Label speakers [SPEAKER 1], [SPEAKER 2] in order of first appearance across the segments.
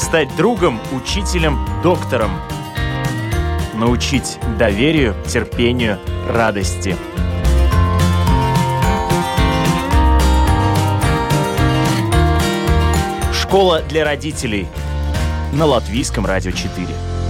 [SPEAKER 1] стать другом, учителем, доктором. Научить доверию, терпению, радости. Школа для родителей на Латвийском радио 4.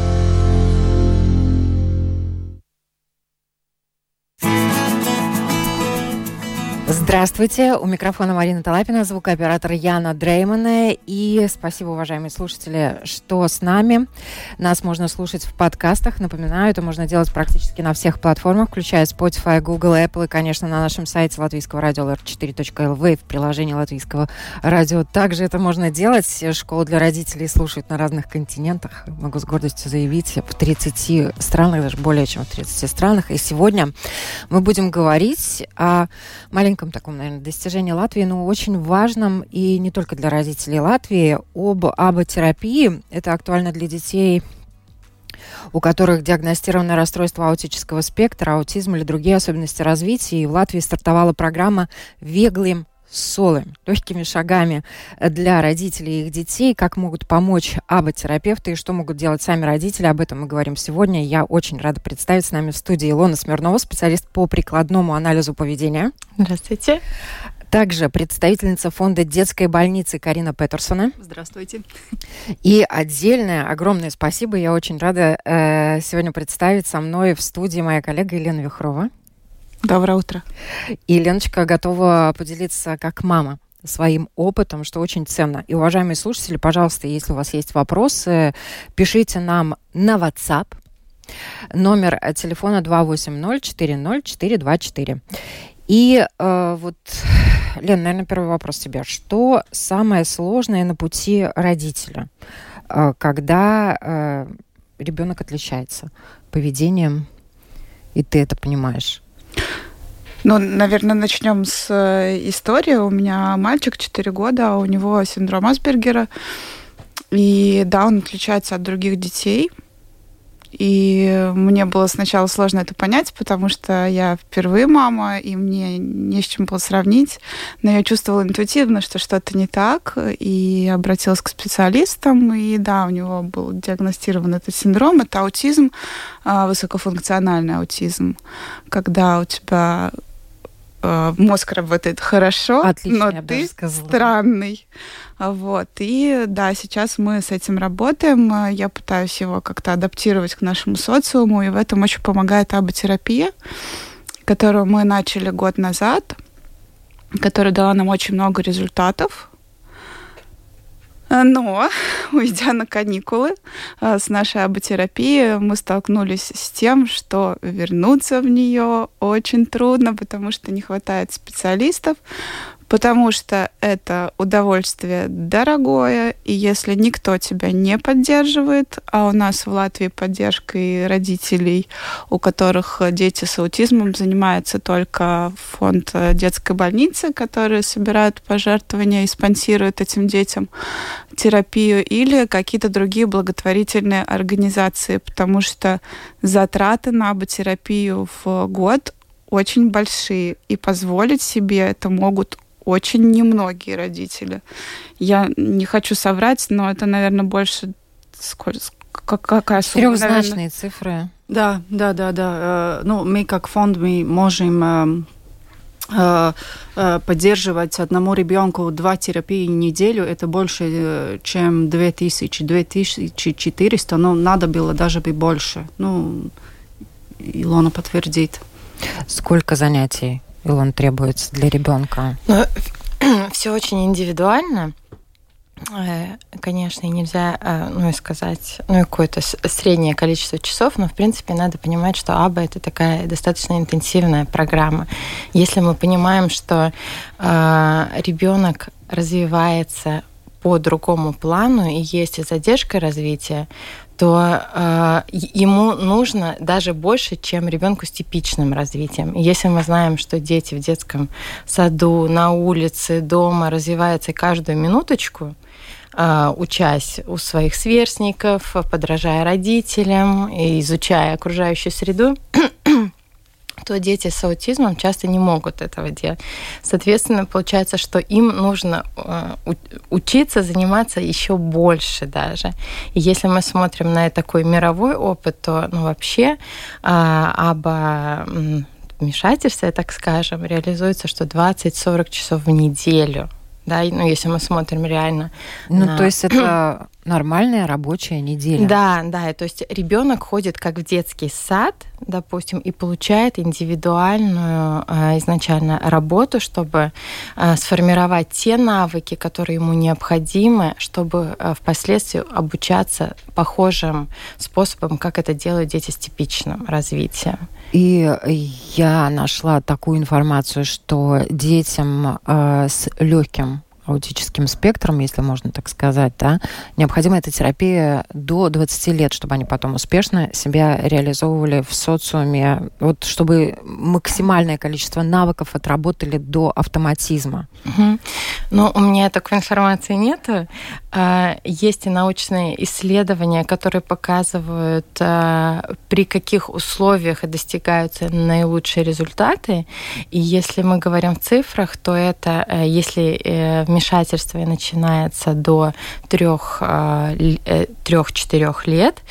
[SPEAKER 2] Здравствуйте, у микрофона Марина Талапина, звукооператор Яна Дреймане. И спасибо, уважаемые слушатели, что с нами. Нас можно слушать в подкастах. Напоминаю, это можно делать практически на всех платформах, включая Spotify, Google, Apple и, конечно, на нашем сайте латвийского радио lr4.lv в приложении латвийского радио. Также это можно делать. Школа для родителей слушают на разных континентах. Могу с гордостью заявить, в 30 странах, даже более чем в 30 странах. И сегодня мы будем говорить о маленьком таком, наверное, достижении Латвии, но очень важном и не только для родителей Латвии, об аботерапии. Это актуально для детей, у которых диагностировано расстройство аутического спектра, аутизм или другие особенности развития. И в Латвии стартовала программа «Веглим солем», легкими шагами для родителей и их детей, как могут помочь аботерапевты и что могут делать сами родители. Об этом мы говорим сегодня. Я очень рада представить с нами в студии Илона Смирнова, специалист по прикладному анализу поведения.
[SPEAKER 3] Здравствуйте.
[SPEAKER 2] Также представительница фонда детской больницы Карина Петерсона.
[SPEAKER 3] Здравствуйте. И
[SPEAKER 2] отдельное, огромное спасибо. Я очень рада сегодня представить со мной в студии моя коллега Елена Вихрова.
[SPEAKER 3] Доброе утро.
[SPEAKER 2] И Леночка готова поделиться как мама своим опытом, что очень ценно. И, уважаемые слушатели, пожалуйста, если у вас есть вопросы, пишите нам на WhatsApp. Номер телефона 280-40-424. И вот, Лен, наверное, первый вопрос тебе. Что самое сложное на пути родителя, когда ребенок отличается поведением, и ты это понимаешь?
[SPEAKER 3] Ну, наверное, начнем с истории. У меня мальчик 4 года, у него синдром Аспергера. И да, он отличается от других детей. И мне было сначала сложно это понять, потому что я впервые мама, и мне не с чем было сравнить. Но я чувствовала интуитивно, что что-то не так, и обратилась к специалистам. И да, у него был диагностирован этот синдром. Это аутизм, высокофункциональный аутизм, когда у тебя мозг работает хорошо,
[SPEAKER 2] отлично,
[SPEAKER 3] но ты странный. Вот. И да, сейчас мы с этим работаем. Я пытаюсь его как-то адаптировать к нашему социуму, и в этом очень помогает аботерапия, которую мы начали год назад, которая дала нам очень много результатов. Но, уйдя на каникулы с нашей аботерапией, мы столкнулись с тем, что вернуться в нее очень трудно, потому что не хватает специалистов, потому что это удовольствие дорогое, и если никто тебя не поддерживает, а у нас в Латвии поддержкой родителей, у которых дети с аутизмом, занимается только фонд детской больницы, которые собирают пожертвования и спонсируют этим детям терапию, или какие-то другие благотворительные организации, потому что затраты на аботерапию в год очень большие, и позволить себе это могут очень немногие родители. Я не хочу соврать, но это, наверное, больше... Какая сумма?
[SPEAKER 2] Трехзначные цифры.
[SPEAKER 4] Да. Ну, мы как фонд, мы можем поддерживать одному ребенку 2 терапии в неделю. Это больше, чем 2400, но надо было даже бы больше. Ну, Илона подтвердит.
[SPEAKER 2] Сколько занятий, Илон, требуется для ребенка?
[SPEAKER 5] Все очень индивидуально. Конечно, и нельзя сказать какое-то среднее количество часов, но, в принципе, надо понимать, что АБА – это такая достаточно интенсивная программа. Если мы понимаем, что ребенок развивается по другому плану и есть задержка развития, то ему нужно даже больше, чем ребенку с типичным развитием. И если мы знаем, что дети в детском саду, на улице, дома развиваются каждую минуточку, учась у своих сверстников, подражая родителям и изучая окружающую среду, то дети с аутизмом часто не могут этого делать. Соответственно, получается, что им нужно учиться, заниматься еще больше даже. И если мы смотрим на такой мировой опыт, то вообще вмешательство, так скажем, реализуется, что 20-40 часов в неделю. Да, если мы смотрим реально.
[SPEAKER 2] То есть это нормальная рабочая неделя.
[SPEAKER 5] Да, то есть ребенок ходит как в детский сад, допустим, и получает индивидуальную изначально работу, чтобы сформировать те навыки, которые ему необходимы, чтобы впоследствии обучаться похожим способом, как это делают дети с типичным развитием.
[SPEAKER 2] И я нашла такую информацию, что детям с легким аутическим спектром, если можно так сказать, да, необходима эта терапия до 20 лет, чтобы они потом успешно себя реализовывали в социуме, вот чтобы максимальное количество навыков отработали до автоматизма.
[SPEAKER 5] Ну, у меня такой информации нету. Есть и научные исследования, которые показывают, при каких условиях достигаются наилучшие результаты. И если мы говорим в цифрах, то это, если вмешательство начинается до 3-4 лет,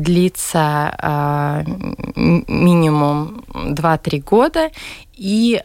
[SPEAKER 5] длится минимум 2-3 года, и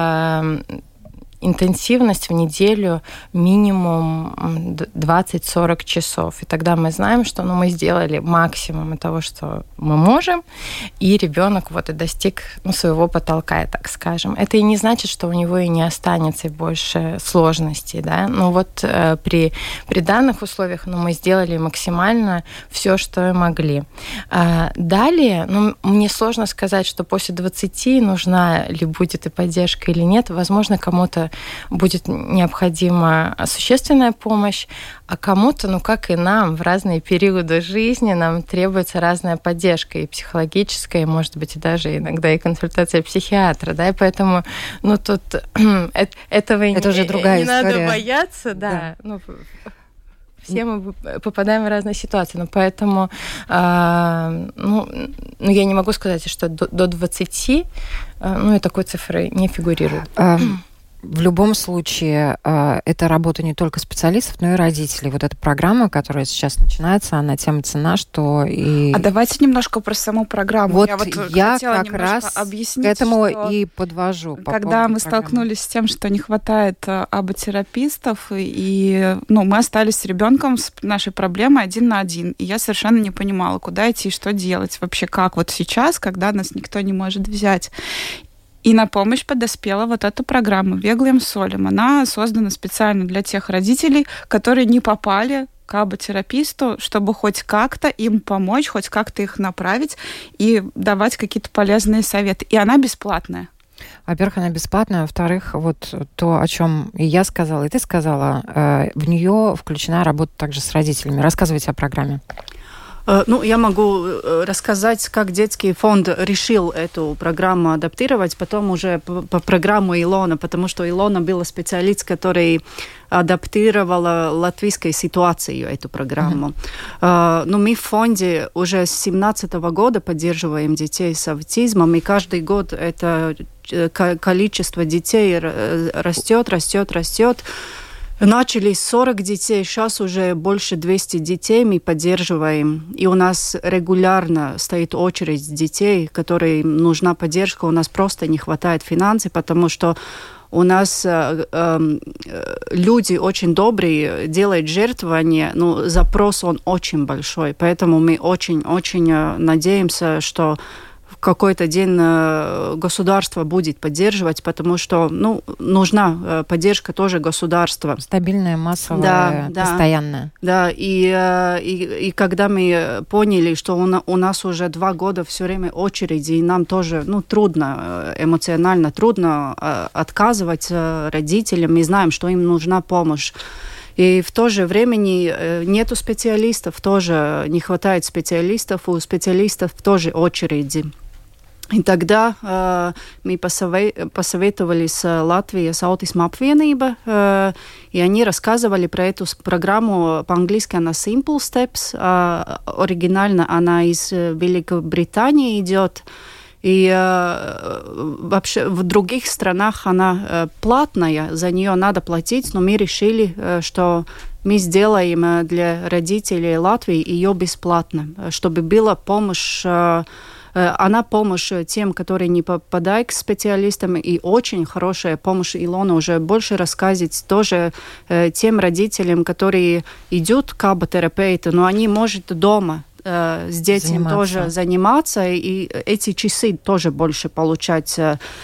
[SPEAKER 5] интенсивность в неделю минимум 20-40 часов. И тогда мы знаем, что мы сделали максимум того, что мы можем, и ребенок и достиг своего потолка, так скажем. Это и не значит, что у него и не останется больше сложностей. Да? При данных условиях мы сделали максимально все, что и могли. Далее, мне сложно сказать, что после 20 нужна ли будет и поддержка или нет. Возможно, кому-то будет необходима существенная помощь, а кому-то, как и нам, в разные периоды жизни нам требуется разная поддержка, и психологическая, и, может быть, и даже иногда и консультация психиатра, да, и поэтому, тут этого
[SPEAKER 2] это уже другая
[SPEAKER 5] не
[SPEAKER 2] история.
[SPEAKER 5] Надо бояться, да. Все мы попадаем в разные ситуации, но поэтому я не могу сказать, что до 20 и такой цифры не фигурирует.
[SPEAKER 2] В любом случае, это работа не только специалистов, но и родителей. Вот эта программа, которая сейчас начинается, она тем ценна, что и...
[SPEAKER 3] А давайте немножко про саму программу.
[SPEAKER 2] Я как раз объяснить, к этому и подвожу.
[SPEAKER 3] Когда мы столкнулись с тем, что не хватает аботерапистов, и мы остались с ребенком с нашей проблемой 1 на 1. И я совершенно не понимала, куда идти, что делать. Вообще, как сейчас, когда нас никто не может взять. И на помощь подоспела эта программа «Веглием солем». Она создана специально для тех родителей, которые не попали к аботераписту, чтобы хоть как-то им помочь, хоть как-то их направить и давать какие-то полезные советы. И она бесплатная.
[SPEAKER 2] Во-первых, она бесплатная. Во-вторых, то, о чем и я сказала, и ты сказала, в нее включена работа также с родителями. Рассказывайте о программе.
[SPEAKER 4] Я могу рассказать, как детский фонд решил эту программу адаптировать, потом уже по программу Илона, потому что Илона была специалист, который адаптировала латвийской ситуацию эту программу. Мы в фонде уже с 2017 года поддерживаем детей с аутизмом, и каждый год это количество детей растет. Начали с 40 детей, сейчас уже больше 200 детей мы поддерживаем. И у нас регулярно стоит очередь детей, которым нужна поддержка. У нас просто не хватает финансов, потому что у нас люди очень добрые, делают жертвования, но запрос он очень большой. Поэтому мы очень-очень надеемся, что в какой-то день государство будет поддерживать, потому что нужна поддержка тоже государства.
[SPEAKER 2] Стабильная, массовая, постоянная.
[SPEAKER 4] Да, и когда мы поняли, что у нас уже 2 года все время очереди, и нам тоже трудно, эмоционально трудно отказывать родителям, мы знаем, что им нужна помощь. И в то же время нету специалистов, тоже не хватает специалистов, у специалистов тоже очереди. И тогда мы посоветовали с Латвией, с Autism apvienība, и они рассказывали про эту программу. По-английски она Simple Steps, оригинально она из Великобритании идет. И вообще в других странах она платная, за нее надо платить, но мы решили, что мы сделаем для родителей Латвии ее бесплатно, чтобы была помощь. Она помощь тем, которые не попадают к специалистам, и очень хорошая помощь. Илона уже больше рассказывает тоже тем родителям, которые идут к аботерапевту, но они могут дома с детьми тоже заниматься, и эти часы тоже больше получать.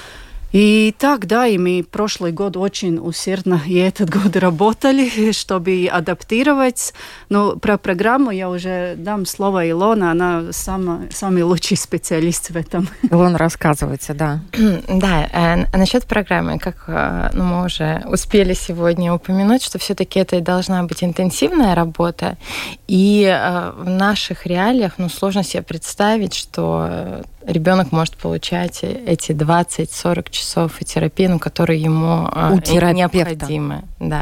[SPEAKER 4] И так, да, и мы прошлый год очень усердно и этот год работали, чтобы адаптировать. Но про программу я уже дам слово Илона, она самый лучший специалист в этом.
[SPEAKER 2] Илона, рассказывайте, да.
[SPEAKER 5] Да, насчет программы, как мы уже успели сегодня упомянуть, что все-таки это должна быть интенсивная работа, и в наших реалиях сложно себе представить, что ребенок может получать эти 20-40 часов терапии, которые ему необходимы. Да.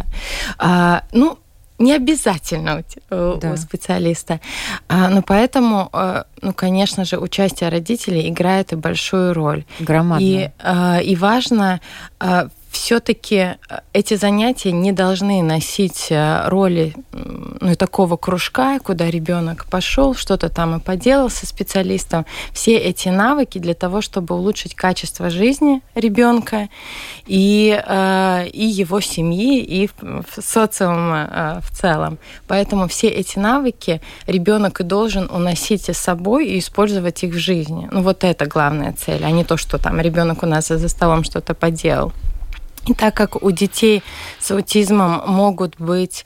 [SPEAKER 5] Не обязательно у специалиста. Но поэтому, конечно же, участие родителей играет и большую роль.
[SPEAKER 2] Громадную.
[SPEAKER 5] И важно все-таки эти занятия не должны носить роли такого кружка, куда ребенок пошел, что-то там и поделал со специалистом. Все эти навыки для того, чтобы улучшить качество жизни ребенка и его семьи, и социума в целом. Поэтому все эти навыки ребенок и должен уносить с собой и использовать их в жизни. Вот это главная цель, а не то, что там ребенок у нас за столом что-то поделал. И так как у детей с аутизмом могут быть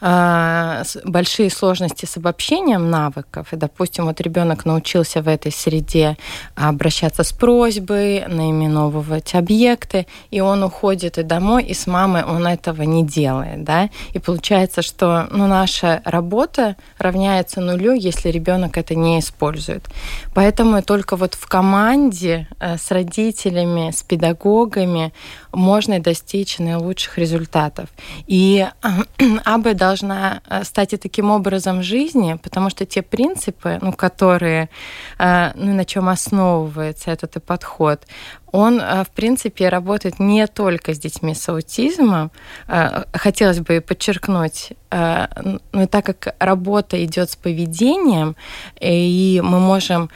[SPEAKER 5] большие сложности с обобщением навыков, и, допустим, ребенок научился в этой среде обращаться с просьбой, наименовывать объекты, и он уходит и домой, и с мамой он этого не делает, да, и получается, что наша работа равняется нулю, если ребенок это не использует. Поэтому только в команде с родителями, с педагогами можно достичь наилучших результатов. И АБЭ должна стать и таким образом жизни, потому что те принципы, которые, на чем основывается этот подход, он, в принципе, работает не только с детьми с аутизмом. Хотелось бы подчеркнуть, но так как работа идет с поведением, и мы можем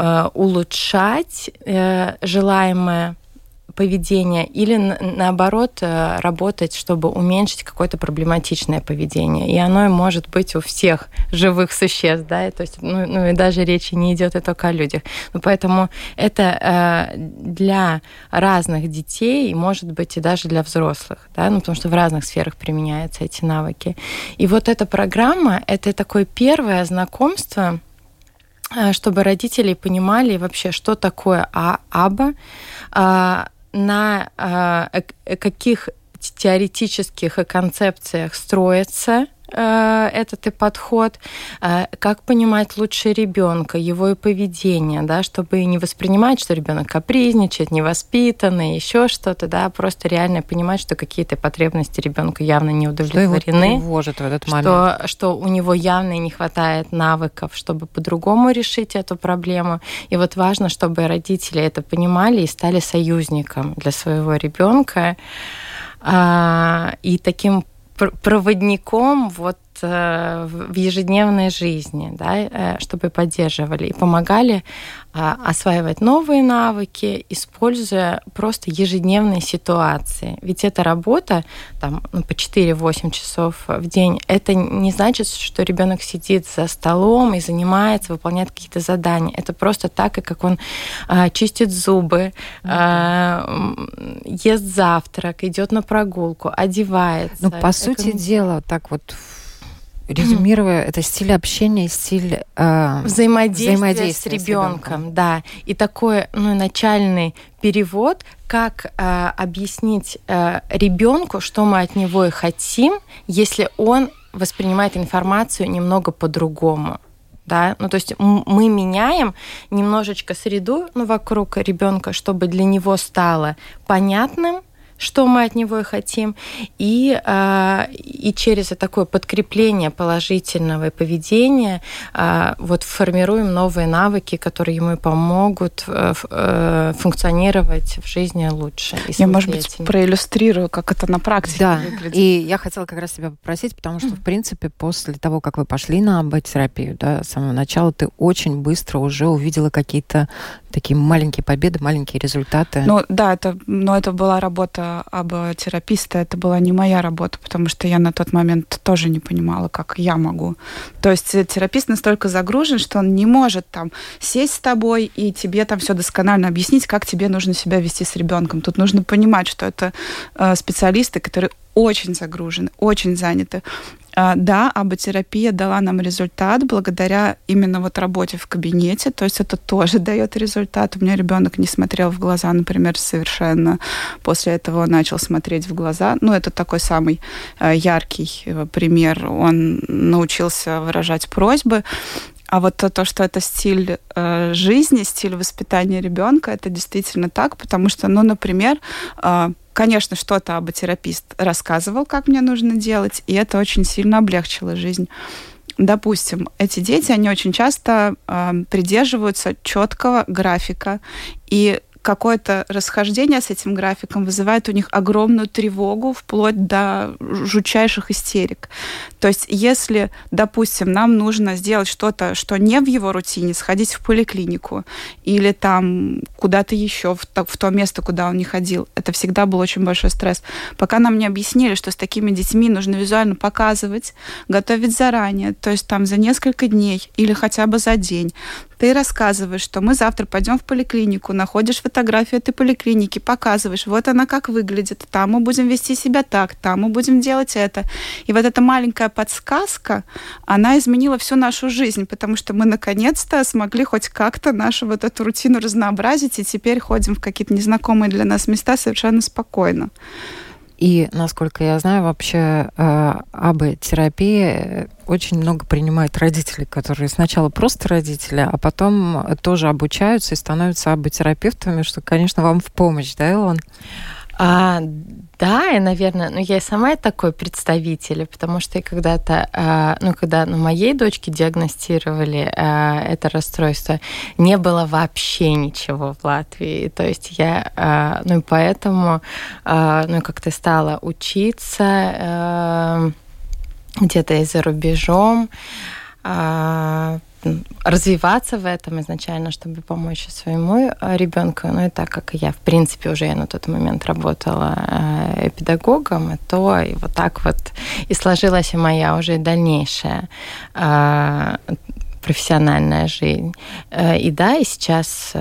[SPEAKER 5] улучшать желаемое поведение или, наоборот, работать, чтобы уменьшить какое-то проблематичное поведение. И оно может быть у всех живых существ, да, то есть, и даже речи не идет и только о людях. Поэтому это для разных детей, может быть, и даже для взрослых, да, потому что в разных сферах применяются эти навыки. И эта программа, это такое первое знакомство, чтобы родители понимали вообще, что такое АБА, на каких теоретических концепциях строится этот подход, как понимать лучше ребенка, его и поведение, да, чтобы не воспринимать, что ребенок капризничает, невоспитанный, еще что-то, да, просто реально понимать, что какие-то потребности ребенка явно не удовлетворены,
[SPEAKER 2] что его тревожит в этот момент,
[SPEAKER 5] что у него явно не хватает навыков, чтобы по-другому решить эту проблему. И важно, чтобы родители это понимали и стали союзником для своего ребенка и таким проводником в ежедневной жизни, да, чтобы поддерживали и помогали осваивать новые навыки, используя просто ежедневные ситуации. Ведь эта работа по 4-8 часов в день, это не значит, что ребенок сидит за столом и занимается, выполняет какие-то задания. Это просто так, и как он чистит зубы, ест завтрак, идет на прогулку, одевается.
[SPEAKER 2] По сути дела, так резюмируя, это стиль общения, стиль
[SPEAKER 5] взаимодействия с ребенком, да. И такой начальный перевод, как объяснить ребенку, что мы от него и хотим, если он воспринимает информацию немного по-другому. Да? То есть мы меняем немножечко среду вокруг ребенка, чтобы для него стало понятным что мы от него и хотим, и через такое подкрепление положительного поведения вот формируем новые навыки, которые ему помогут функционировать в жизни лучше.
[SPEAKER 3] Я, может быть, проиллюстрирую, как это на практике выглядит.
[SPEAKER 2] И я хотела как раз тебя попросить, потому что, в принципе, после того, как вы пошли на АБ-терапию, да, с самого начала ты очень быстро уже увидела какие-то такие маленькие победы, маленькие результаты.
[SPEAKER 3] Ну да, это была работа АБ-тераписта, это была не моя работа, потому что я на тот момент тоже не понимала, как я могу. То есть терапист настолько загружен, что он не может там сесть с тобой и тебе там все досконально объяснить, как тебе нужно себя вести с ребенком. Тут нужно понимать, что это специалисты, которые очень загружены, очень заняты. Да, АБ-терапия дала нам результат благодаря именно вот работе в кабинете, то есть это тоже дает результат. У меня ребенок не смотрел в глаза, например, совершенно. После этого он начал смотреть в глаза. Ну, это такой самый яркий пример. Он научился выражать просьбы. А вот то, что это стиль жизни, стиль воспитания ребенка, это действительно так, потому что, ну, например, конечно, что-то АБ-терапист рассказывал, как мне нужно делать, и это очень сильно облегчило жизнь. Допустим, эти дети, они очень часто придерживаются четкого графика, и какое-то расхождение с этим графиком вызывает у них огромную тревогу, вплоть до жутчайших истерик. То есть если, допустим, нам нужно сделать что-то, что не в его рутине, сходить в поликлинику или там куда-то еще, в то место, куда он не ходил, это всегда был очень большой стресс. Пока нам не объяснили, что с такими детьми нужно визуально показывать, готовить заранее, то есть там за несколько дней или хотя бы за день, ты рассказываешь, что мы завтра пойдем в поликлинику, находишь фотографию этой поликлиники, показываешь, вот она как выглядит, там мы будем вести себя так, там мы будем делать это. И вот эта маленькая подсказка, она изменила всю нашу жизнь, потому что мы наконец-то смогли хоть как-то нашу вот эту рутину разнообразить, и теперь ходим в какие-то незнакомые для нас места совершенно спокойно.
[SPEAKER 2] И, насколько я знаю, вообще АБ-терапия очень много принимают родители, которые сначала просто родители, а потом тоже обучаются и становятся АБ-терапевтами, что, конечно, вам в помощь, да, Илон?
[SPEAKER 5] Да, и, наверное, я и сама такой представитель, потому что я когда-то, когда моей дочке диагностировали это расстройство, не было вообще ничего в Латвии. То есть я, и поэтому, как-то стала учиться где-то и за рубежом, развиваться в этом изначально, чтобы помочь своему ребенку. Ну и так как я, в принципе, уже на тот момент работала педагогом, то и вот так вот и сложилась и моя уже дальнейшая профессиональная жизнь. И да, и сейчас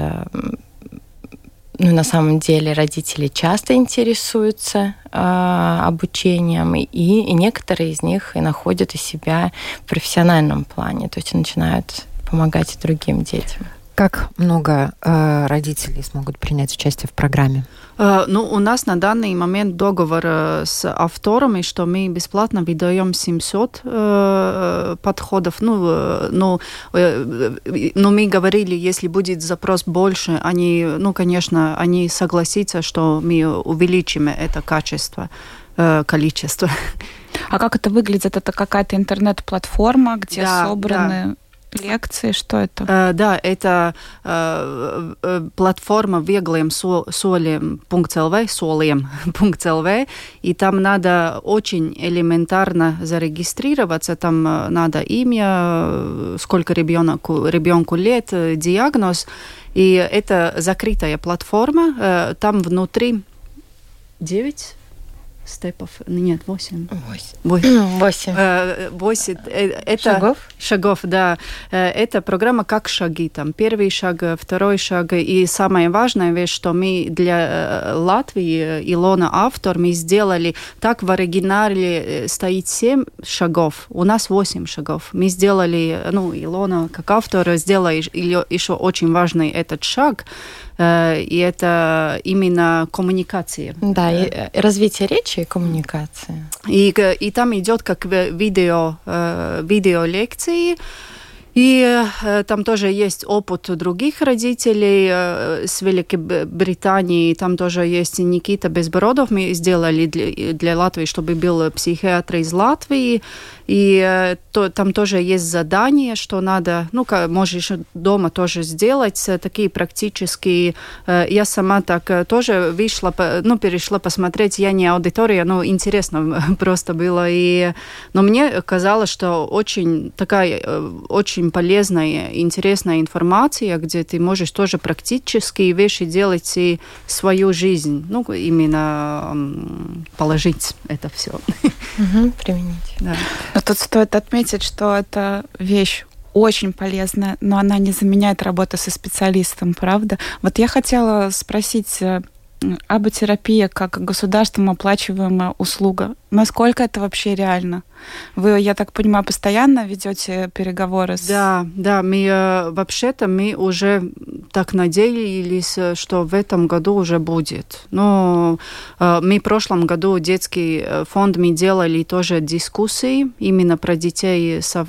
[SPEAKER 5] на самом деле родители часто интересуются обучением, и некоторые из них и находят и себя в профессиональном плане, то есть начинают помогать и другим детям.
[SPEAKER 2] Как много родителей смогут принять участие в программе?
[SPEAKER 4] У нас на данный момент договор с авторами, что мы бесплатно выдаем 700 подходов. Мы говорили, если будет запрос больше, конечно, они согласятся, что мы увеличим это количество.
[SPEAKER 3] А как это выглядит? Это какая-то интернет-платформа, где собраны... лекции, что это?
[SPEAKER 4] Да, это платформа веглiem-soliem.lv, и там надо очень элементарно зарегистрироваться, там надо имя, сколько ребенку лет, диагноз, и это закрытая платформа, там внутри 9 степов, нет, 8.
[SPEAKER 5] 8.
[SPEAKER 4] Шагов, да. Это программа как шаги. Там первый шаг, второй шаг. И самая важная вещь, что мы для Латвии, Илона автор, мы сделали, так в оригинале стоит 7 шагов, у нас 8 шагов. Мы сделали, Илона как автор сделала еще очень важный этот шаг, и это именно коммуникация.
[SPEAKER 5] Да, и развитие речи и коммуникации.
[SPEAKER 4] И там идет как видеолекции, И там тоже есть опыт других родителей с Великобритании. Там тоже есть Никита Безбородов. Мы сделали для Латвии, чтобы был психиатр из Латвии. И там тоже есть задание, что надо, можешь дома тоже сделать, такие практические. Я сама так тоже вышла, перешла посмотреть. Я не аудитория, интересно просто было. Но мне казалось, что очень полезная, интересная информация, где ты можешь тоже практические вещи делать и свою жизнь, именно положить это все.
[SPEAKER 5] Применить.
[SPEAKER 4] Да.
[SPEAKER 3] Но тут стоит отметить, что эта вещь очень полезная, но она не заменяет работу со специалистом, правда? Вот я хотела спросить, аботерапия как государством оплачиваемая услуга, насколько это вообще реально? Вы, я так понимаю, постоянно ведете переговоры с...
[SPEAKER 4] Да, мы уже так надеялись, что в этом году уже будет. Но мы в прошлом году детский фонд мы делали тоже дискуссии именно про детей с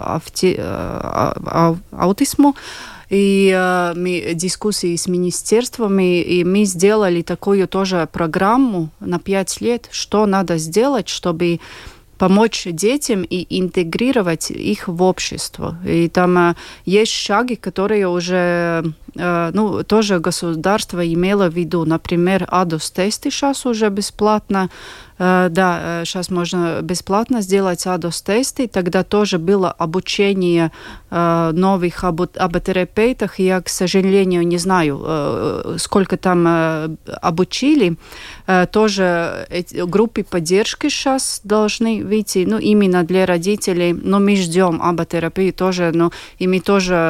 [SPEAKER 4] аутизмом. И мы дискуссии с министерствами, и мы сделали такую тоже программу на 5 лет, что надо сделать, чтобы помочь детям и интегрировать их в общество. И там есть шаги, которые уже тоже государство имело в виду. Например, АДОС-тесты сейчас уже бесплатно. Да, сейчас можно бесплатно сделать АДОС-тесты. Тогда тоже было обучение новых аботерапевтов. Я, к сожалению, не знаю, сколько там обучили. Тоже группы поддержки сейчас должны выйти, именно для родителей. Но мы ждем аботерапии тоже, и мы тоже,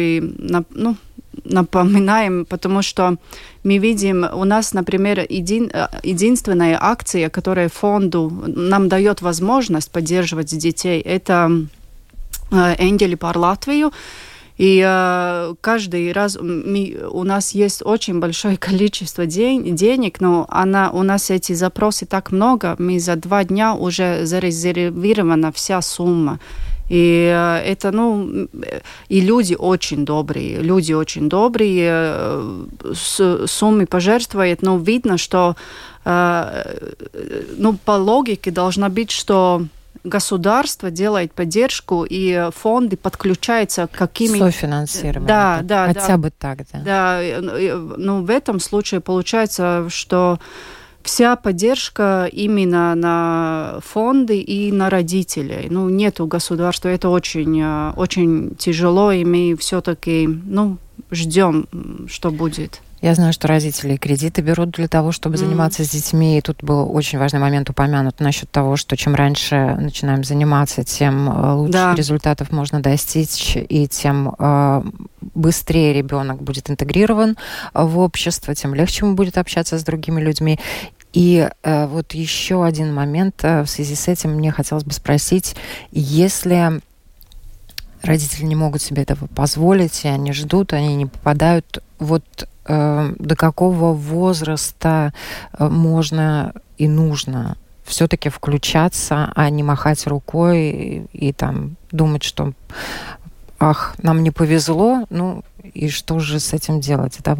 [SPEAKER 4] напоминаем, потому что мы видим, у нас, например, единственная акция, которая фонду нам дает возможность поддерживать детей, это «Энгели par Латвию». И каждый раз у нас есть очень большое количество денег, но у нас эти запросы так много, мы за 2 дня уже зарезервирована вся сумма. И это, и люди очень добрые, суммы пожертвуют, но видно, что, по логике должно быть, что государство делает поддержку, и фонды подключаются к какими...
[SPEAKER 2] Софинансирование.
[SPEAKER 4] Да.
[SPEAKER 2] Хотя бы так, да.
[SPEAKER 4] Да, в этом случае получается, что вся поддержка именно на фонды и на родителей. Нету государства, это очень, очень тяжело, и мы все-таки, ждем, что будет.
[SPEAKER 2] Я знаю, что родители кредиты берут для того, чтобы заниматься с детьми. И тут был очень важный момент упомянут насчет того, что чем раньше начинаем заниматься, тем лучше результатов можно достичь, и тем быстрее ребенок будет интегрирован в общество, тем легче ему будет общаться с другими людьми. И вот еще один момент в связи с этим мне хотелось бы спросить, если родители не могут себе этого позволить, и они ждут, они не попадают, до какого возраста можно и нужно все-таки включаться, а не махать рукой и там думать, что нам не повезло, и что же с этим делать? Это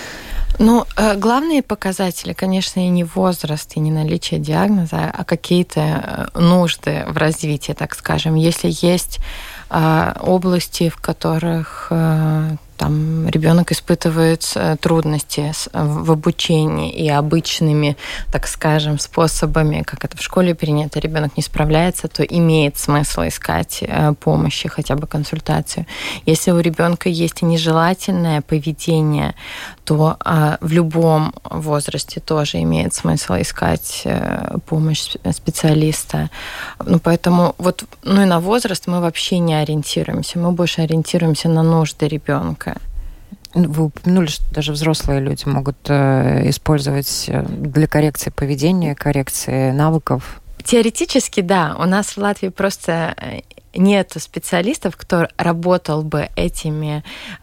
[SPEAKER 5] главные показатели, конечно, и не возраст, и не наличие диагноза, а какие-то нужды в развитии, так скажем. Если есть области, в которых ребенок испытывает трудности в обучении, и обычными, так скажем, способами, как это в школе принято, ребенок не справляется, то имеет смысл искать помощи, хотя бы консультацию. Если у ребенка есть и нежелательное поведение, то в любом возрасте тоже имеет смысл искать помощь специалиста. Поэтому и на возраст мы вообще не ориентируемся, мы больше ориентируемся на нужды ребенка.
[SPEAKER 2] Вы упомянули, что даже взрослые люди могут использовать для коррекции поведения, коррекции навыков.
[SPEAKER 5] Теоретически, да. У нас в Латвии просто нет специалистов, кто работал бы этим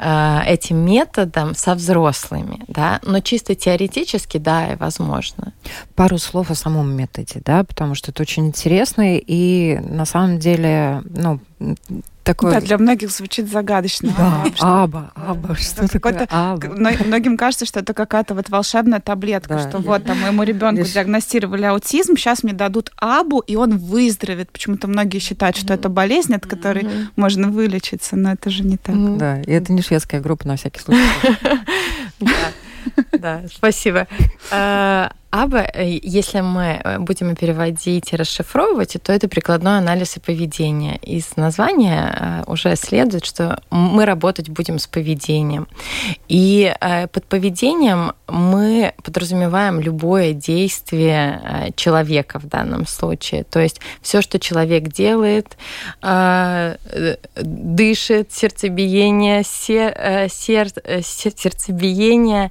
[SPEAKER 5] методом со взрослыми, да, но чисто теоретически, да, и возможно.
[SPEAKER 2] Пару слов о самом методе, да, потому что это очень интересно, и на самом деле, такое...
[SPEAKER 3] Да, для многих звучит загадочно.
[SPEAKER 2] Да, Аба, что такое Аба?
[SPEAKER 3] Многим кажется, что это какая-то вот волшебная таблетка, что вот там моему ребенку диагностировали аутизм, сейчас мне дадут Абу, и он выздоровеет. Почему-то многие считают, что это болезнь, от которой можно вылечиться, но это же не так.
[SPEAKER 2] Да, и это не шведская группа, на всякий случай.
[SPEAKER 5] Да, спасибо. Аба, если мы будем переводить и расшифровывать, то это прикладной анализ и поведение. Из названия уже следует, что мы работать будем с поведением. И под поведением мы подразумеваем любое действие человека в данном случае. То есть все, что человек делает, дышит, сердцебиение, сердцебиение,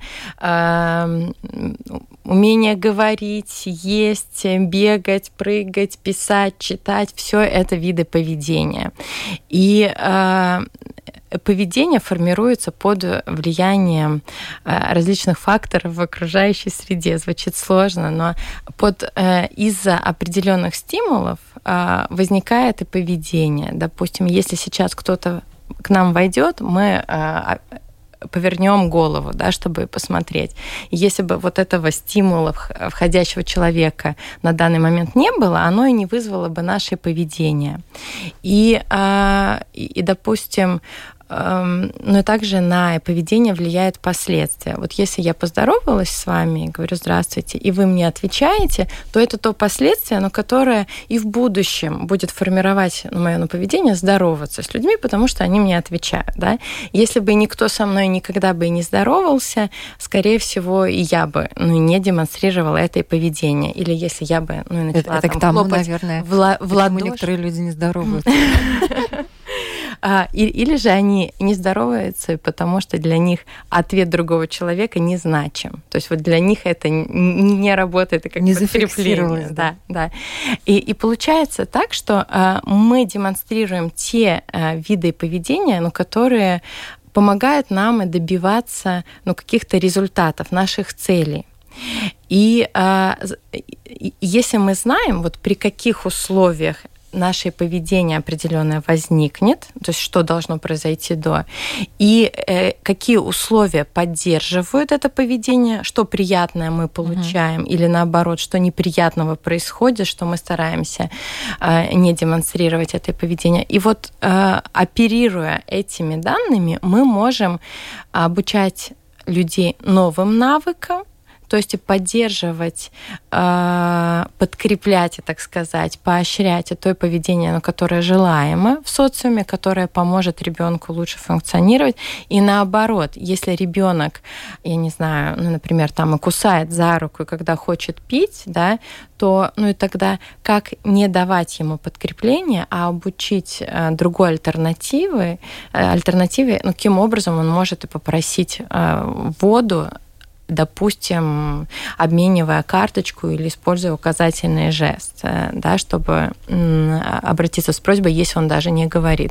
[SPEAKER 5] умение говорить, есть, бегать, прыгать, писать, читать — все это виды поведения. И поведение формируется под влиянием различных факторов в окружающей среде. Звучит сложно, но из-за определенных стимулов возникает и поведение. Допустим, если сейчас кто-то к нам войдет, мы повернем голову, да, чтобы посмотреть. И если бы вот этого стимула входящего человека на данный момент не было, оно и не вызвало бы наше поведение. И допустим, но также на поведение влияют последствия. Вот если я поздоровалась с вами, говорю «здравствуйте», и вы мне отвечаете, то это то последствие, но которое и в будущем будет формировать мое поведение, здороваться с людьми, потому что они мне отвечают. Да? Если бы никто со мной никогда бы и не здоровался, скорее всего, и я бы не демонстрировала это и поведение. Или если я бы начала
[SPEAKER 2] это к тому, наверное,
[SPEAKER 5] в ладоши.
[SPEAKER 2] Некоторые люди не здороваются.
[SPEAKER 5] Или же они не здороваются, потому что для них ответ другого человека не значим. То есть вот для них это не работает, как
[SPEAKER 2] не
[SPEAKER 5] подкрепление. Да. И получается так, что мы демонстрируем те виды поведения, которые помогают нам добиваться каких-то результатов, наших целей. И если мы знаем, вот при каких условиях наше поведение определенное возникнет, то есть что должно произойти до, и какие условия поддерживают это поведение, что приятное мы получаем, или наоборот, что неприятного происходит, что мы стараемся не демонстрировать это поведение. И вот оперируя этими данными, мы можем обучать людей новым навыкам, то есть поддерживать, подкреплять, так сказать, поощрять то поведение, которое желаемо в социуме, которое поможет ребенку лучше функционировать. И наоборот, если ребенок, я не знаю, например, и кусает за руку, и когда хочет пить, да, то и тогда как не давать ему подкрепление, а обучить другой альтернативе, каким образом он может и попросить воду, допустим, обменивая карточку или используя указательный жест, да, чтобы обратиться с просьбой, если он даже не говорит.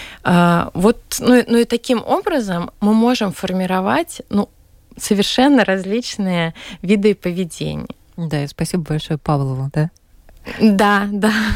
[SPEAKER 5] И таким образом мы можем формировать совершенно различные виды поведения.
[SPEAKER 2] Да, и спасибо большое Павлову, да?
[SPEAKER 5] Да,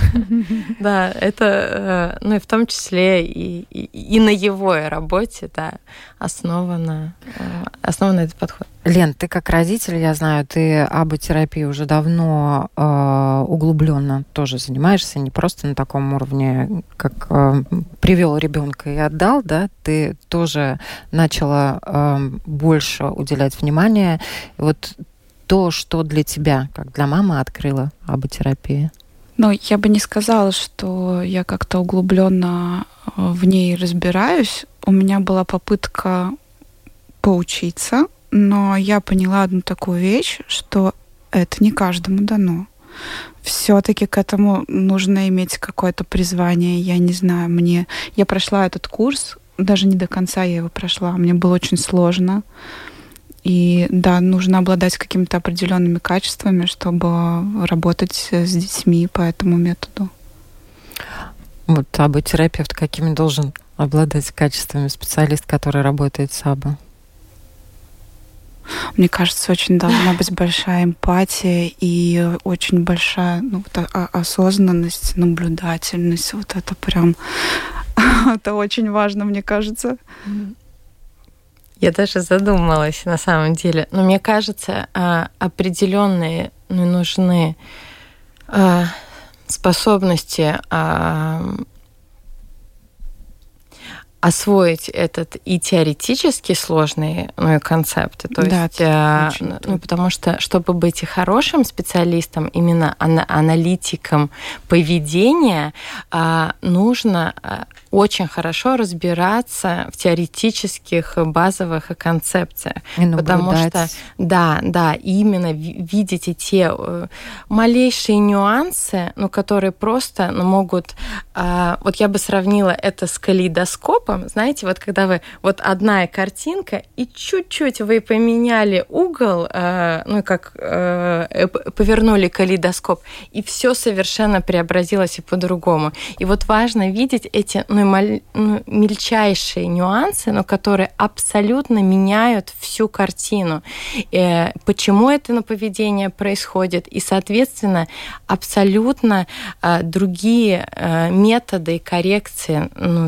[SPEAKER 5] это, и в том числе и на его работе, да, основан этот подход.
[SPEAKER 2] Лен, ты как родитель, я знаю, ты аботерапией уже давно углубленно тоже занимаешься, не просто на таком уровне, как привел ребенка и отдал, да, ты тоже начала больше уделять внимание. Вот то, что для тебя, как для мамы, открыла аботерапия?
[SPEAKER 3] Я бы не сказала, что я как-то углубленно в ней разбираюсь. У меня была попытка поучиться, но я поняла одну такую вещь, что это не каждому дано. Все-таки к этому нужно иметь какое-то призвание. Я не знаю, я прошла этот курс, даже не до конца я его прошла, мне было очень сложно. И да, нужно обладать какими-то определенными качествами, чтобы работать с детьми по этому методу.
[SPEAKER 2] Вот аботерапевт какими должен обладать качествами специалист, который работает с або?
[SPEAKER 3] Мне кажется, очень должна быть большая эмпатия и очень большая осознанность, наблюдательность. Вот это прям... Это очень важно, мне кажется.
[SPEAKER 5] Я даже задумалась на самом деле. Но мне кажется, определенные нужны способности освоить этот и теоретически сложные концепты. То есть, потому что, чтобы быть хорошим специалистом, именно аналитиком поведения, нужно очень хорошо разбираться в теоретических базовых концепциях. Потому что, именно видеть эти малейшие нюансы, которые просто могут... Вот я бы сравнила это с калейдоскопом. Знаете, вот когда вы... Вот одна картинка, и чуть-чуть вы поменяли угол, повернули калейдоскоп, и все совершенно преобразилось и по-другому. И вот важно видеть эти мельчайшие нюансы, которые абсолютно меняют всю картину. Почему это поведение происходит? И, соответственно, абсолютно другие методы коррекции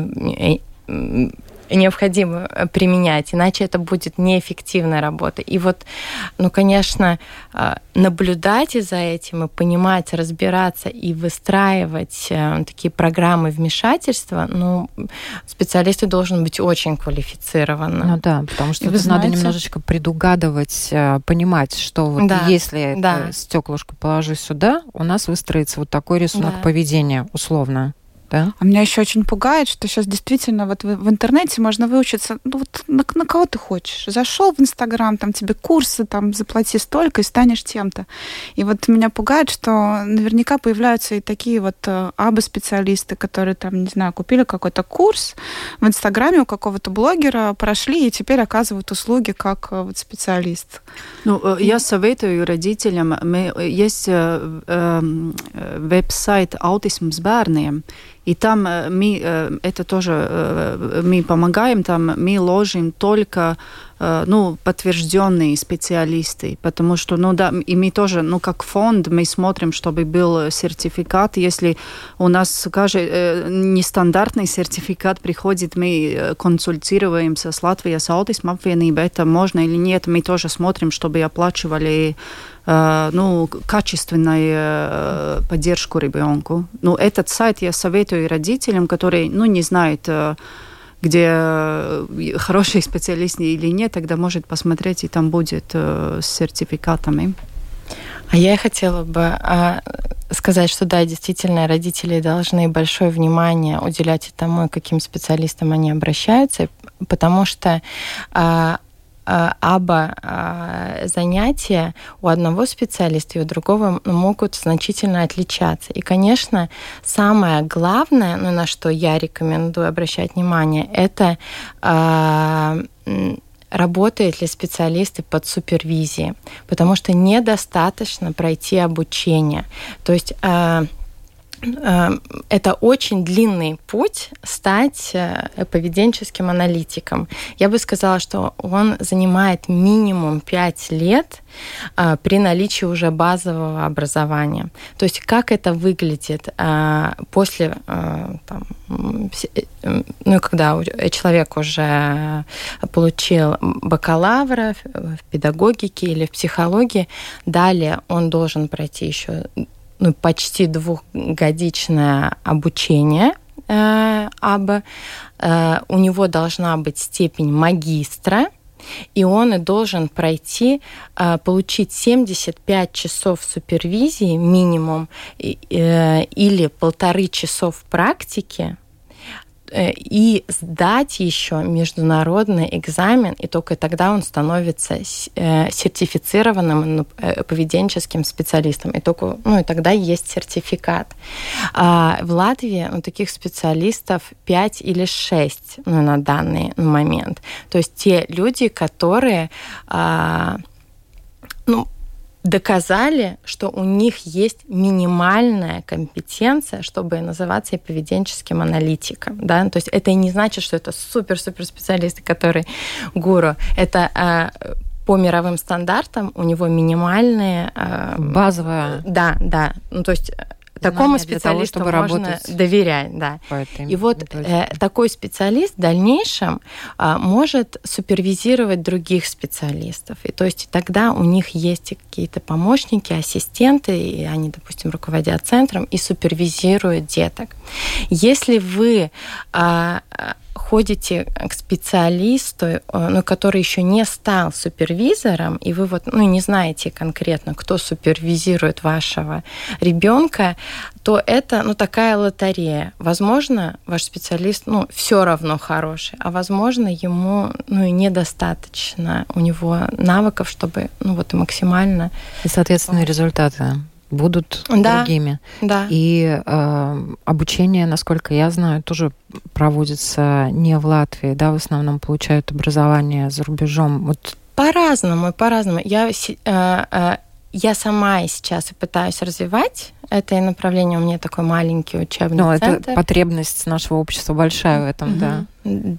[SPEAKER 5] необходимо применять, иначе это будет неэффективная работа. И вот, конечно, наблюдать за этим и понимать, разбираться и выстраивать такие программы вмешательства, специалисты должен быть очень квалифицированы.
[SPEAKER 2] Потому что надо немножечко предугадывать, понимать, что если стеклышко положу сюда, у нас выстроится вот такой рисунок поведения, условно. Да?
[SPEAKER 3] А меня еще очень пугает, что сейчас действительно вот в интернете можно выучиться на кого ты хочешь. Зашел в Инстаграм, там тебе курсы, там заплати столько и станешь тем-то. И вот меня пугает, что наверняка появляются и такие вот АБ-специалисты, которые там, не знаю, купили какой-то курс в Инстаграме у какого-то блогера, прошли и теперь оказывают услуги как вот специалист.
[SPEAKER 4] Я советую родителям, есть веб-сайт «Autism с bērniem», и там мы помогаем, там мы ложим только подтвержденные специалисты, потому что, и мы тоже, как фонд, мы смотрим, чтобы был сертификат. Если у нас, нестандартный сертификат приходит, мы консультируемся с Латвijas Autism apvienība, это можно или нет, мы тоже смотрим, чтобы оплачивали качественную поддержку ребенку. Этот сайт я советую родителям, которые, не знают, где хорошие специалисты или нет, тогда может посмотреть, и там будет с сертификатами.
[SPEAKER 5] А я хотела бы сказать, что действительно, родители должны большое внимание уделять тому, каким специалистам они обращаются, потому что занятия у одного специалиста и у другого могут значительно отличаться. И, конечно, самое главное, на что я рекомендую обращать внимание, это работают ли специалисты под супервизией, потому что недостаточно пройти обучение. То есть это очень длинный путь стать поведенческим аналитиком. Я бы сказала, что он занимает минимум 5 лет при наличии уже базового образования. То есть как это выглядит после, когда человек уже получил бакалавра в педагогике или в психологии, далее он должен пройти еще почти 2-годичное обучение АБ. У него должна быть степень магистра, и он должен получить 75 часов супервизии минимум или 1,5 часов практики, и сдать еще международный экзамен, и только тогда он становится сертифицированным поведенческим специалистом. И тогда есть сертификат. В Латвии таких специалистов 5 или 6 на данный момент. То есть те люди, которые доказали, что у них есть минимальная компетенция, чтобы называться поведенческим аналитиком. Да? То есть это не значит, что это супер-супер специалисты, которые гуру. Это по мировым стандартам у него минимальные...
[SPEAKER 2] Базовая.
[SPEAKER 5] Да. Ну, то есть такому специалисту
[SPEAKER 2] того,
[SPEAKER 5] можно доверять. Да. И вот такой специалист в дальнейшем может супервизировать других специалистов. И то есть тогда у них есть какие-то помощники, ассистенты, и они, допустим, руководят центром и супервизируют деток. Если вы ходите к специалисту, который еще не стал супервизором, и вы не знаете конкретно, кто супервизирует вашего ребенка, то это такая лотерея. Возможно, ваш специалист все равно хороший, а возможно, ему и недостаточно у него навыков, чтобы максимально...
[SPEAKER 2] И, соответственно, результаты будут другими.
[SPEAKER 5] Да.
[SPEAKER 2] И обучение, насколько я знаю, тоже проводится не в Латвии, да, в основном получают образование за рубежом.
[SPEAKER 5] По-разному. Я сама сейчас пытаюсь развивать это направление. У меня такой маленький учебный центр.
[SPEAKER 2] Это потребность нашего общества большая в этом, да.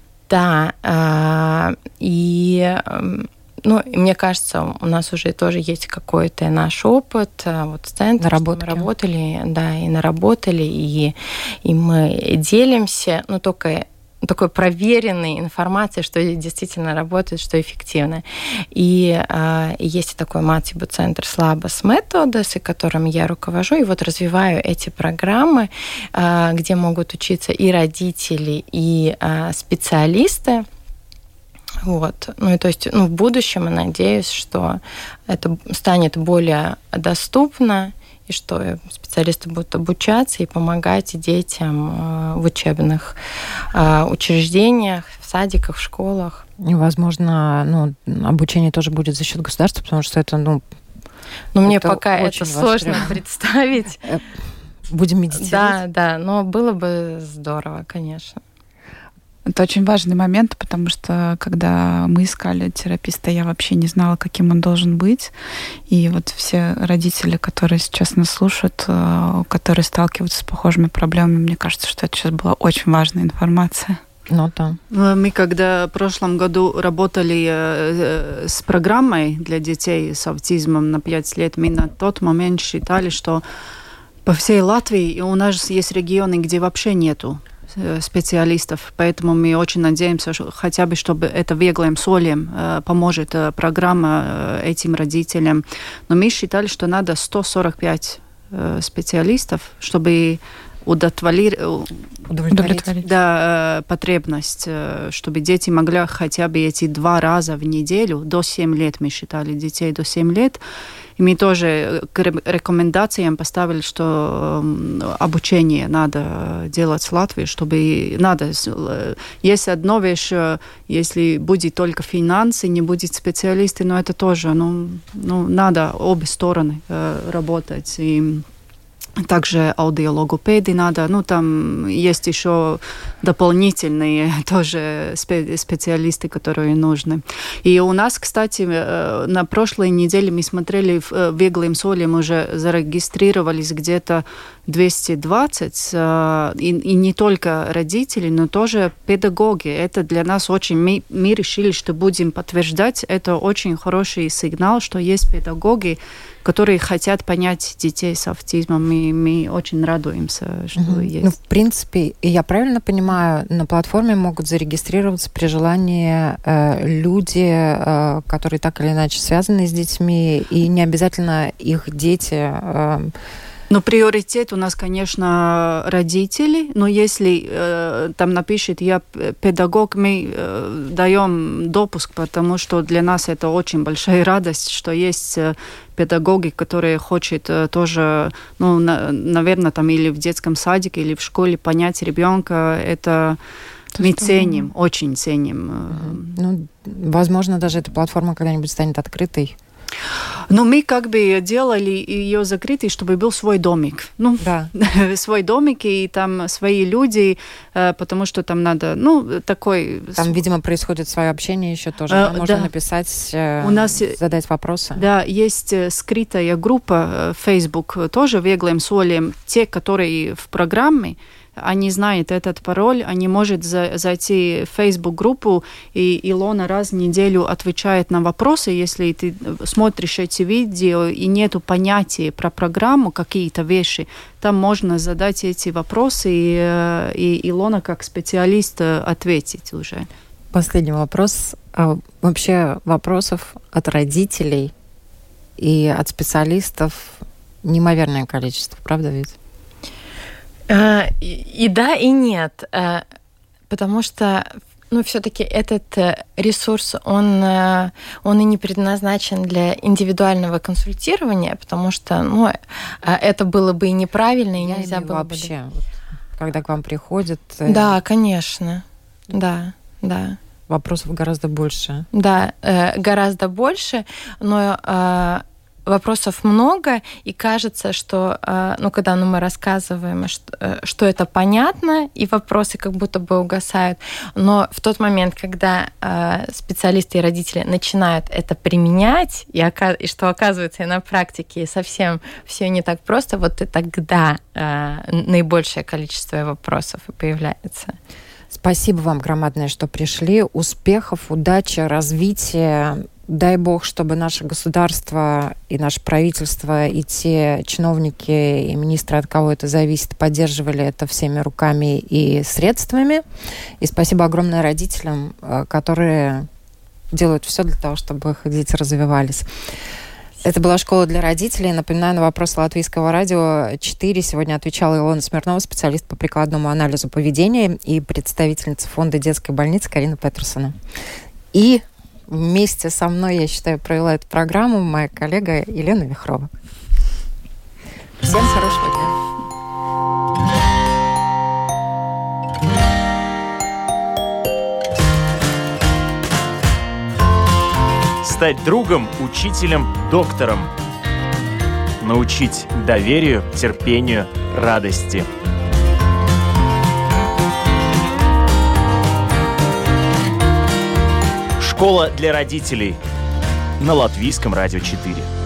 [SPEAKER 5] Да. И мне кажется, у нас уже тоже есть какой-то наш опыт. С центром мы работали, и наработали, и мы делимся, только такой проверенной информацией, что действительно работает, что эффективно. И есть такой Mācību центр Labas Metodes, которым я руковожу, и развиваю эти программы, где могут учиться и родители, и специалисты. То есть в будущем я надеюсь, что это станет более доступно, и что специалисты будут обучаться и помогать детям в учебных учреждениях, в садиках, в школах.
[SPEAKER 2] И, возможно, обучение тоже будет за счет государства, потому что это,
[SPEAKER 5] мне пока это сложно представить.
[SPEAKER 2] Будем медитировать.
[SPEAKER 5] Да, но было бы здорово, конечно.
[SPEAKER 3] Это очень важный момент, потому что когда мы искали тераписта, я вообще не знала, каким он должен быть. И все родители, которые сейчас нас слушают, которые сталкиваются с похожими проблемами, мне кажется, что это сейчас была очень важная информация.
[SPEAKER 4] Мы, когда в прошлом году работали с программой для детей с аутизмом на 5 лет, мы на тот момент считали, что по всей Латвии у нас есть регионы, где вообще нету специалистов, поэтому мы очень надеемся, что хотя бы, чтобы это Viegliem Soļiem поможет программа этим родителям. Но мы считали, что надо 145 специалистов, чтобы удовлетворить потребность, чтобы дети могли хотя бы эти 2 раза в неделю, до 7 лет, мы считали детей до 7 лет. И мы тоже к рекомендациям поставили, что обучение надо делать в Латвии, чтобы надо... Есть одна вещь, если будет только финансы, не будет специалисты, но это тоже, надо обе стороны работать. И также аудиологопеды надо, там есть еще дополнительные тоже специалисты, которые нужны. И у нас, кстати, на прошлой неделе мы смотрели в Viegliem Soļiem, уже зарегистрировались где-то 220, и не только родители, но тоже педагоги. Это для нас очень... Мы решили, что будем подтверждать. Это очень хороший сигнал, что есть педагоги, которые хотят понять детей с аутизмом, и мы очень радуемся, что есть.
[SPEAKER 2] В принципе, я правильно понимаю, на платформе могут зарегистрироваться при желании люди, которые так или иначе связаны с детьми, и не обязательно их дети...
[SPEAKER 4] Но приоритет у нас, конечно, родители. Но если там напишет «я педагог», мы даем допуск, потому что для нас это очень большая радость, что есть педагоги, которые хотят тоже, наверное, там или в детском садике, или в школе понять ребенка. Это мы ценим, очень ценим.
[SPEAKER 2] Возможно, даже эта платформа когда-нибудь станет открытой.
[SPEAKER 4] Но мы делали ее закрытой, чтобы был свой домик. Свой домик, и там свои люди, потому что там надо, такой...
[SPEAKER 2] Там, видимо, происходит свое общение еще тоже. Можно написать, задать вопросы.
[SPEAKER 4] Да, есть скрытая группа Facebook, тоже Viegliem Soļiem, те, которые в программе, они знают этот пароль, они могут зайти в Facebook-группу, и Илона раз в неделю отвечает на вопросы. Если ты смотришь эти видео и нету понятия про программу, какие-то вещи, там можно задать эти вопросы, и Илона как специалист ответить уже.
[SPEAKER 2] Последний вопрос. Вообще вопросов от родителей и от специалистов неимоверное количество, правда ведь?
[SPEAKER 5] И да, и нет. Потому что все-таки этот ресурс, он и не предназначен для индивидуального консультирования, потому что это было бы и неправильно, и нельзя было
[SPEAKER 2] вообще, бы... когда к вам приходят...
[SPEAKER 5] Да, конечно. Да.
[SPEAKER 2] Вопросов гораздо больше.
[SPEAKER 5] Да, гораздо больше, но вопросов много, и кажется, что, когда мы рассказываем, что это понятно, и вопросы как будто бы угасают, но в тот момент, когда специалисты и родители начинают это применять, и что оказывается и на практике совсем все не так просто, вот и тогда наибольшее количество вопросов и появляется.
[SPEAKER 2] Спасибо вам громадное, что пришли. Успехов, удачи, развития. Дай Бог, чтобы наше государство и наше правительство, и те чиновники, и министры, от кого это зависит, поддерживали это всеми руками и средствами. И спасибо огромное родителям, которые делают все для того, чтобы их дети развивались. Это была «Школа для родителей». Напоминаю, на вопрос Латвийского радио 4 сегодня отвечала Илона Смирнова, специалист по прикладному анализу поведения, и представительница фонда детской больницы Карина Петерсона. И вместе со мной, я считаю, провела эту программу моя коллега Елена Вихрова. Всем хорошего дня.
[SPEAKER 1] Стать другом, учителем, доктором. Научить доверию, терпению, радости. «Школа для родителей» на Латвийском радио 4.